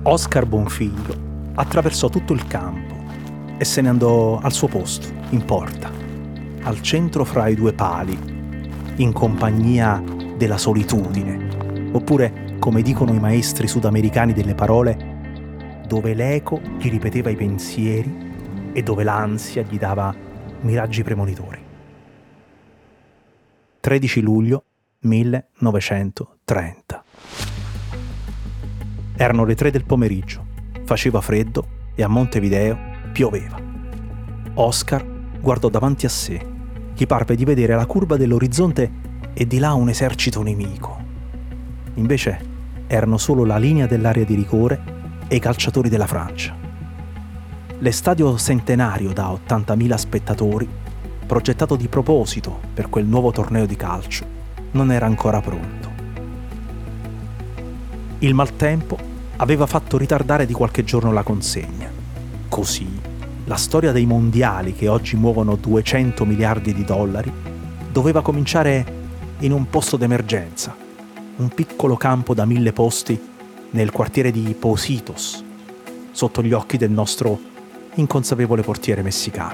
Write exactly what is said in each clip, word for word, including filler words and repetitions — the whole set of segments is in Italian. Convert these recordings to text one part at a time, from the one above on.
Oscar Bonfiglio attraversò tutto il campo e se ne andò al suo posto, in porta, al centro fra i due pali, in compagnia della solitudine, oppure, come dicono i maestri sudamericani delle parole, dove l'eco gli ripeteva i pensieri e dove l'ansia gli dava miraggi premonitori. tredici luglio millenovecentotrenta. Erano le tre del pomeriggio, faceva freddo e a Montevideo pioveva. Oscar guardò davanti a sé, gli parve di vedere la curva dell'orizzonte e di là un esercito nemico. Invece erano solo la linea dell'area di rigore e i calciatori della Francia. L'estadio centenario da ottantamila spettatori, progettato di proposito per quel nuovo torneo di calcio, non era ancora pronto. Il maltempo aveva fatto ritardare di qualche giorno la consegna. Così, la storia dei mondiali che oggi muovono duecento miliardi di dollari doveva cominciare in un posto d'emergenza, un piccolo campo da mille posti nel quartiere di Pocitos, sotto gli occhi del nostro inconsapevole portiere messicano.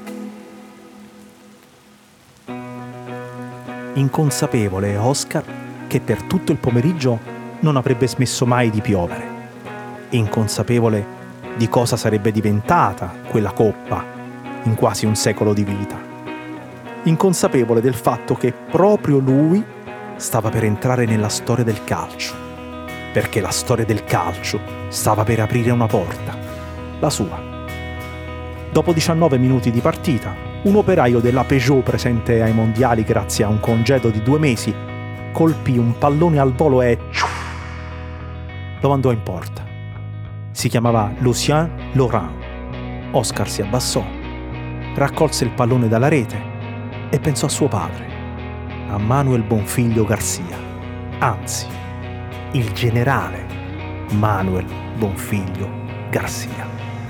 Inconsapevole Oscar che per tutto il pomeriggio non avrebbe smesso mai di piovere. Inconsapevole di cosa sarebbe diventata quella coppa in quasi un secolo di vita. Inconsapevole del fatto che proprio lui stava per entrare nella storia del calcio, perché la storia del calcio stava per aprire una porta, la sua. Dopo diciannove minuti di partita, un operaio della Peugeot presente ai mondiali grazie a un congedo di due mesi colpì un pallone al volo e lo mandò in porta. Si chiamava Lucien Laurent. Oscar si abbassò, raccolse il pallone dalla rete e pensò a suo padre, a Manuel Bonfiglio Garcia, anzi, il generale Manuel Bonfiglio Garcia.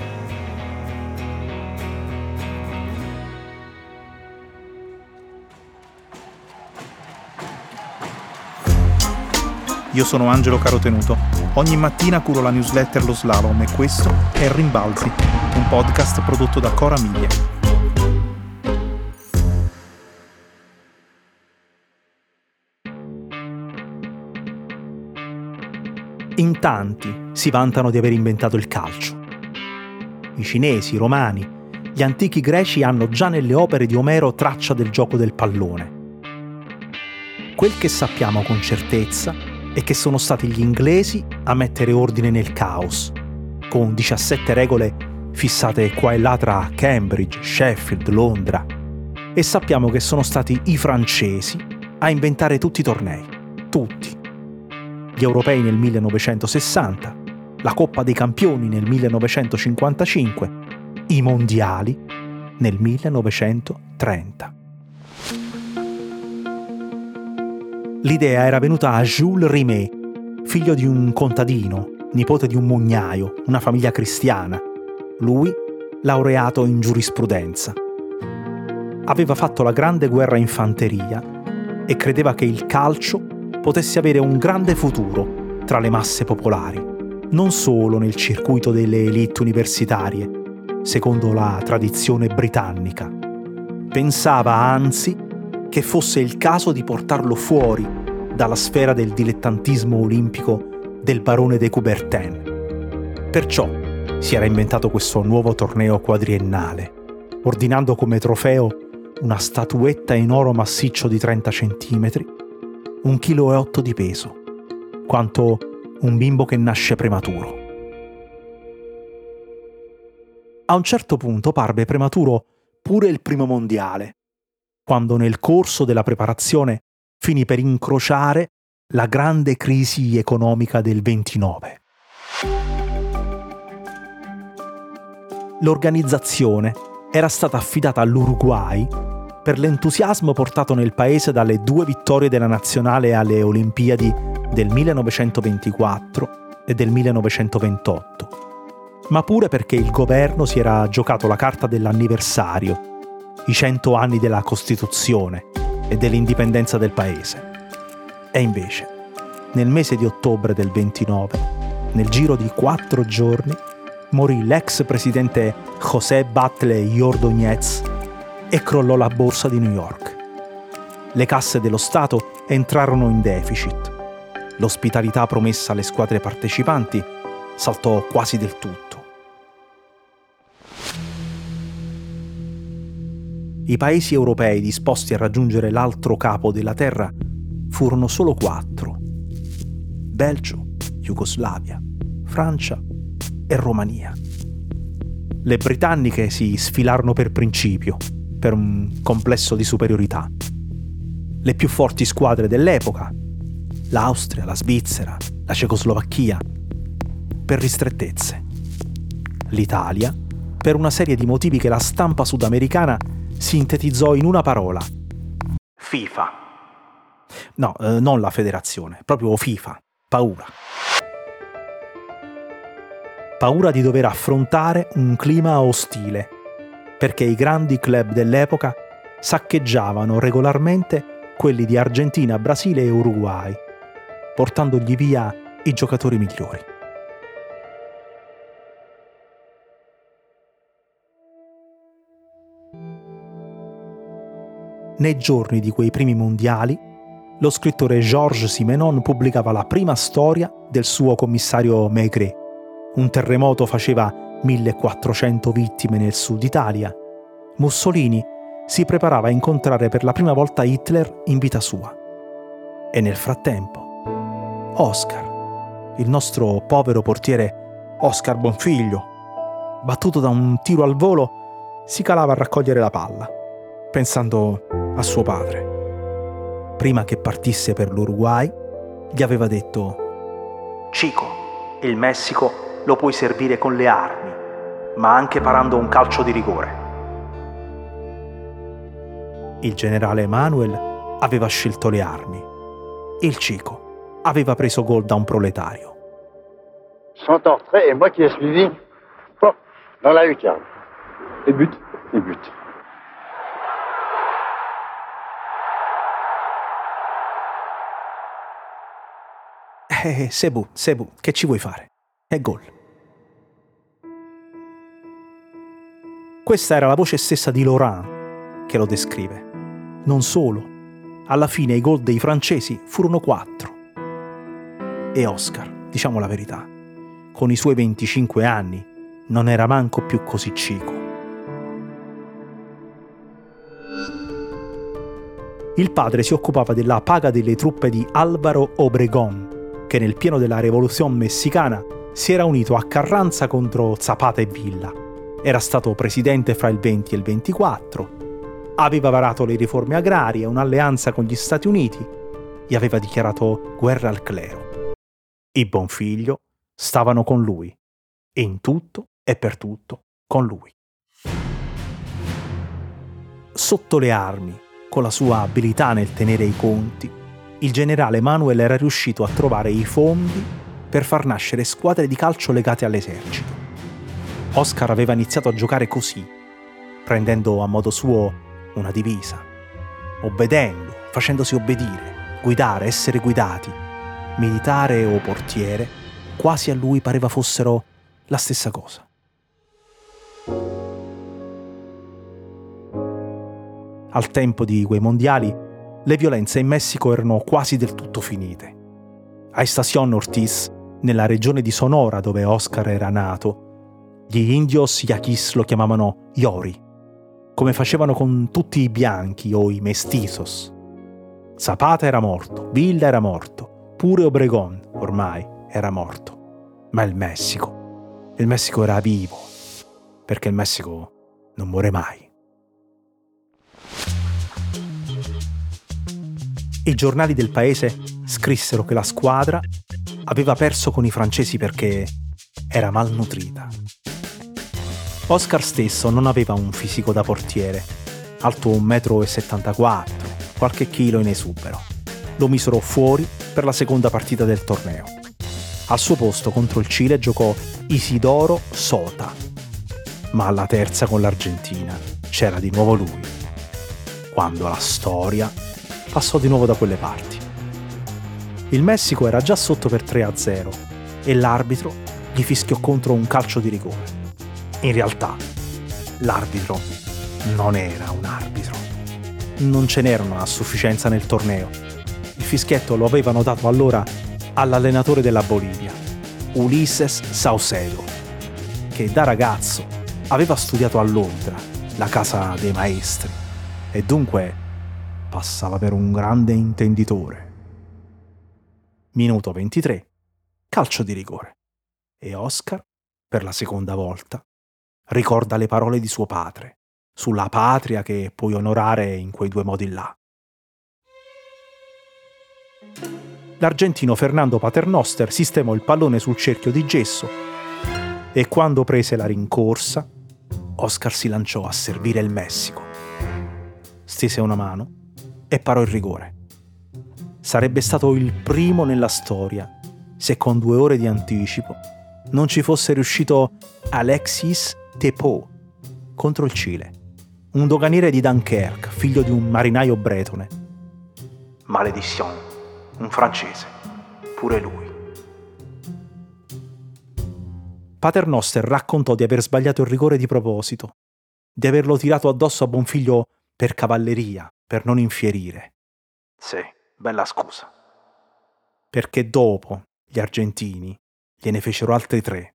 Io sono Angelo Carotenuto. Ogni mattina curo la newsletter Lo Slalom e questo è Rimbalzi, un podcast prodotto da Cora Media. In tanti si vantano di aver inventato il calcio. I cinesi, i romani, gli antichi greci hanno già nelle opere di Omero traccia del gioco del pallone. Quel che sappiamo con certezza è che sono stati gli inglesi a mettere ordine nel caos, con diciassette regole fissate qua e là tra Cambridge, Sheffield, Londra, e sappiamo che sono stati i francesi a inventare tutti i tornei, tutti. Gli europei nel millenovecentosessanta, la Coppa dei Campioni nel millenovecentocinquantacinque, i mondiali nel millenovecentotrenta. L'idea era venuta a Jules Rimet, figlio di un contadino, nipote di un mugnaio, una famiglia cristiana. Lui, laureato in giurisprudenza. Aveva fatto la grande guerra infanteria e credeva che il calcio potesse avere un grande futuro tra le masse popolari, non solo nel circuito delle élite universitarie, secondo la tradizione britannica. Pensava anzi che fosse il caso di portarlo fuori dalla sfera del dilettantismo olimpico del barone de Coubertin. Perciò si era inventato questo nuovo torneo quadriennale, ordinando come trofeo una statuetta in oro massiccio di trenta centimetri, un chilo e otto di peso, quanto un bimbo che nasce prematuro. A un certo punto parve prematuro pure il primo mondiale, quando nel corso della preparazione finì per incrociare la grande crisi economica del ventinove. L'organizzazione era stata affidata all'Uruguay per l'entusiasmo portato nel paese dalle due vittorie della nazionale alle Olimpiadi del millenovecentoventiquattro e del millenovecentoventotto, ma pure perché il governo si era giocato la carta dell'anniversario, i cento anni della Costituzione e dell'indipendenza del paese. E invece, nel mese di ottobre del ventinove, nel giro di quattro giorni, morì l'ex presidente José Batlle y Ordóñez e crollò la borsa di New York. Le casse dello Stato entrarono in deficit. L'ospitalità promessa alle squadre partecipanti saltò quasi del tutto. I paesi europei disposti a raggiungere l'altro capo della terra furono solo quattro: Belgio, Jugoslavia, Francia e Romania. Le britanniche si sfilarono per principio, per un complesso di superiorità. Le più forti squadre dell'epoca, l'Austria, la Svizzera, la Cecoslovacchia, per ristrettezze. L'Italia, per una serie di motivi che la stampa sudamericana sintetizzò in una parola: FIFA. No, eh, non la federazione, proprio FIFA. Paura. Paura di dover affrontare un clima ostile, perché i grandi club dell'epoca saccheggiavano regolarmente quelli di Argentina, Brasile e Uruguay, portandogli via i giocatori migliori. Nei giorni di quei primi mondiali, lo scrittore Georges Simenon pubblicava la prima storia del suo commissario Maigret. Un terremoto faceva millequattrocento vittime nel sud Italia. Mussolini si preparava a incontrare per la prima volta Hitler in vita sua. E nel frattempo, Oscar, il nostro povero portiere Oscar Bonfiglio, battuto da un tiro al volo, si calava a raccogliere la palla, pensando a suo padre. Prima che partisse per l'Uruguay, gli aveva detto: «Chico, il Messico lo puoi servire con le armi, ma anche parando un calcio di rigore». Il generale Manuel aveva scelto le armi. Il Chico aveva preso gol da un proletario. Sont entrés et moi qui ai suivi oh, dans la lucarne. Et but Et but. Eh, Sebu, Sebu, che ci vuoi fare? È gol. Questa era la voce stessa di Laurent che lo descrive. Non solo, alla fine i gol dei francesi furono quattro. E Oscar, diciamo la verità, con i suoi venticinque anni non era manco più così cico. Il padre si occupava della paga delle truppe di Álvaro Obregón, che nel pieno della Rivoluzione messicana si era unito a Carranza contro Zapata e Villa. Era stato presidente fra il venti e il ventiquattro, aveva varato le riforme agrarie, un'alleanza con gli Stati Uniti e aveva dichiarato guerra al clero. I Bonfiglio stavano con lui, e in tutto e per tutto con lui. Sotto le armi, con la sua abilità nel tenere i conti, il generale Manuel era riuscito a trovare i fondi per far nascere squadre di calcio legate all'esercito. Oscar aveva iniziato a giocare così, prendendo a modo suo una divisa, obbedendo, facendosi obbedire, guidare, essere guidati, militare o portiere, quasi a lui pareva fossero la stessa cosa. Al tempo di quei mondiali, le violenze in Messico erano quasi del tutto finite. A Estación Ortiz, nella regione di Sonora dove Oscar era nato, gli indios yaquis lo chiamavano Yori, come facevano con tutti i bianchi o i mestizos. Zapata era morto, Villa era morto, pure Obregón ormai era morto. Ma il Messico, il Messico era vivo, perché il Messico non muore mai. I giornali del paese scrissero che la squadra aveva perso con i francesi perché era malnutrita. Oscar stesso non aveva un fisico da portiere, alto un metro e settantaquattro, qualche chilo in esubero. Lo misero fuori per la seconda partita del torneo. Al suo posto contro il Cile giocò Isidoro Sota, ma alla terza con l'Argentina c'era di nuovo lui, quando la storia passò di nuovo da quelle parti. Il Messico era già sotto per tre a zero, e l'arbitro gli fischiò contro un calcio di rigore. In realtà, l'arbitro non era un arbitro. Non ce n'erano a sufficienza nel torneo. Il fischietto lo avevano dato allora all'allenatore della Bolivia, Ulises Saucedo, che da ragazzo aveva studiato a Londra, la casa dei maestri, e dunque passava per un grande intenditore. Minuto ventitré, calcio di rigore. E Oscar, per la seconda volta, ricorda le parole di suo padre sulla patria che puoi onorare in quei due modi là. L'argentino Fernando Paternoster sistemò il pallone sul cerchio di gesso e quando prese la rincorsa, Oscar si lanciò a servire il Messico. Stese una mano e parò il rigore. Sarebbe stato il primo nella storia se con due ore di anticipo non ci fosse riuscito Alexis Thépaut contro il Cile, un doganiere di Dunkerque, figlio di un marinaio bretone. Maledizione, un francese, pure lui. Paternoster raccontò di aver sbagliato il rigore di proposito, di averlo tirato addosso a Bonfiglio per cavalleria, per non infierire. Sì, bella scusa. Perché dopo gli argentini gliene fecero altri tre.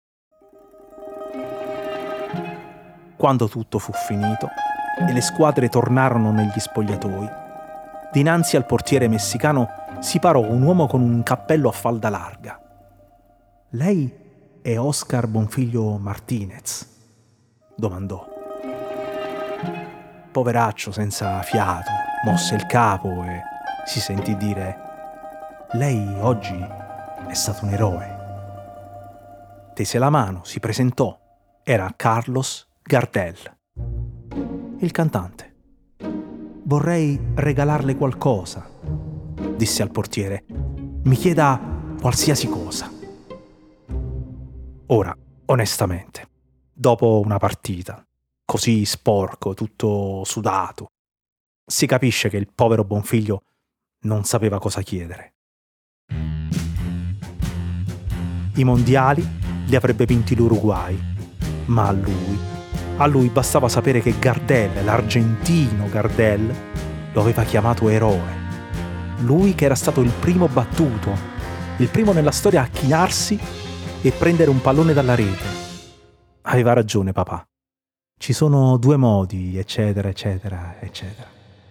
Quando tutto fu finito e le squadre tornarono negli spogliatoi, dinanzi al portiere messicano si parò un uomo con un cappello a falda larga. Lei è Oscar Bonfiglio Martinez? Domandò. Poveraccio senza fiato mosse il capo e si sentì dire: lei oggi è stato un eroe. Tese la mano, si presentò. Era Carlos Gardel, il cantante. Vorrei regalarle qualcosa, disse al portiere. Mi chieda qualsiasi cosa. Ora, onestamente, dopo una partita, così sporco, tutto sudato, si capisce che il povero Bonfiglio non sapeva cosa chiedere. I mondiali li avrebbe vinti l'Uruguay, ma a lui, a lui bastava sapere che Gardel, l'argentino Gardel, lo aveva chiamato eroe. Lui che era stato il primo battuto, il primo nella storia a chinarsi e prendere un pallone dalla rete. Aveva ragione papà. Ci sono due modi, eccetera, eccetera, eccetera.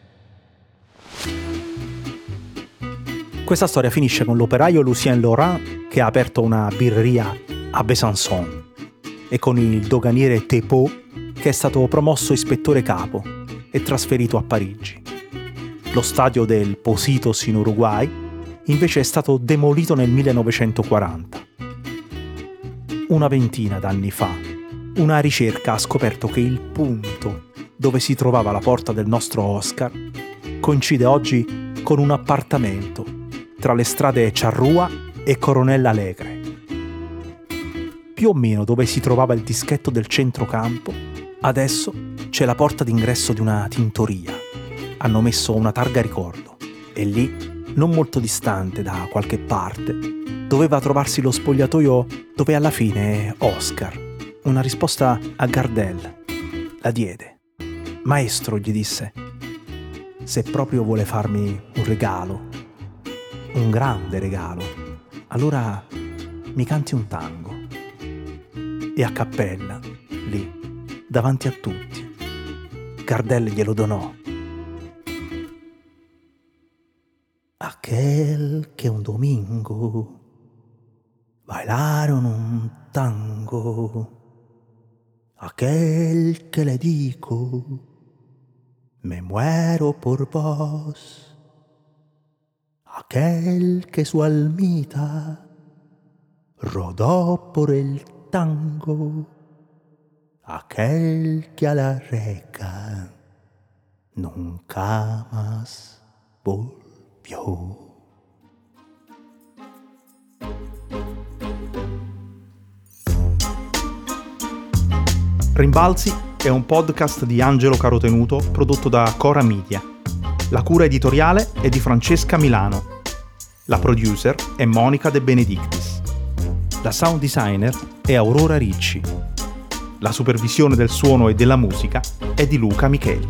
Questa storia finisce con l'operaio Lucien Laurent che ha aperto una birreria a Besançon e con il doganiere Thépaut che è stato promosso ispettore capo e trasferito a Parigi. Lo stadio del Positos in Uruguay invece è stato demolito nel millenovecentoquaranta. Una ventina d'anni fa, una ricerca ha scoperto che il punto dove si trovava la porta del nostro Oscar coincide oggi con un appartamento tra le strade Charrua e Coronel Alegre. Più o meno dove si trovava il dischetto del centrocampo, adesso c'è la porta d'ingresso di una tintoria. Hanno messo una targa ricordo e lì, non molto distante da qualche parte, doveva trovarsi lo spogliatoio dove alla fine Oscar, una risposta a Gardel, la diede. Maestro, gli disse, se proprio vuole farmi un regalo, un grande regalo, allora mi canti un tango. E a cappella, lì, davanti a tutti, Gardel glielo donò. Aquel che un domingo bailaron un tango, aquel que le digo, me muero por vos, aquel que su almita rodó por el tango, aquel que a la reca nunca más volvió. Rimbalzi è un podcast di Angelo Carotenuto prodotto da Cora Media. La cura editoriale è di Francesca Milano. La producer è Monica De Benedictis. La sound designer è Aurora Ricci. La supervisione del suono e della musica è di Luca Micheli.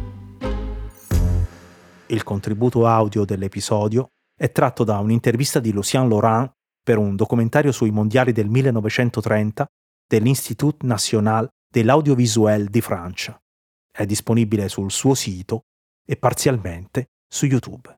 Il contributo audio dell'episodio è tratto da un'intervista di Lucien Laurent per un documentario sui mondiali del millenovecentotrenta dell'Institut National de l'Audiovisuel di Francia. È disponibile sul suo sito e parzialmente su YouTube.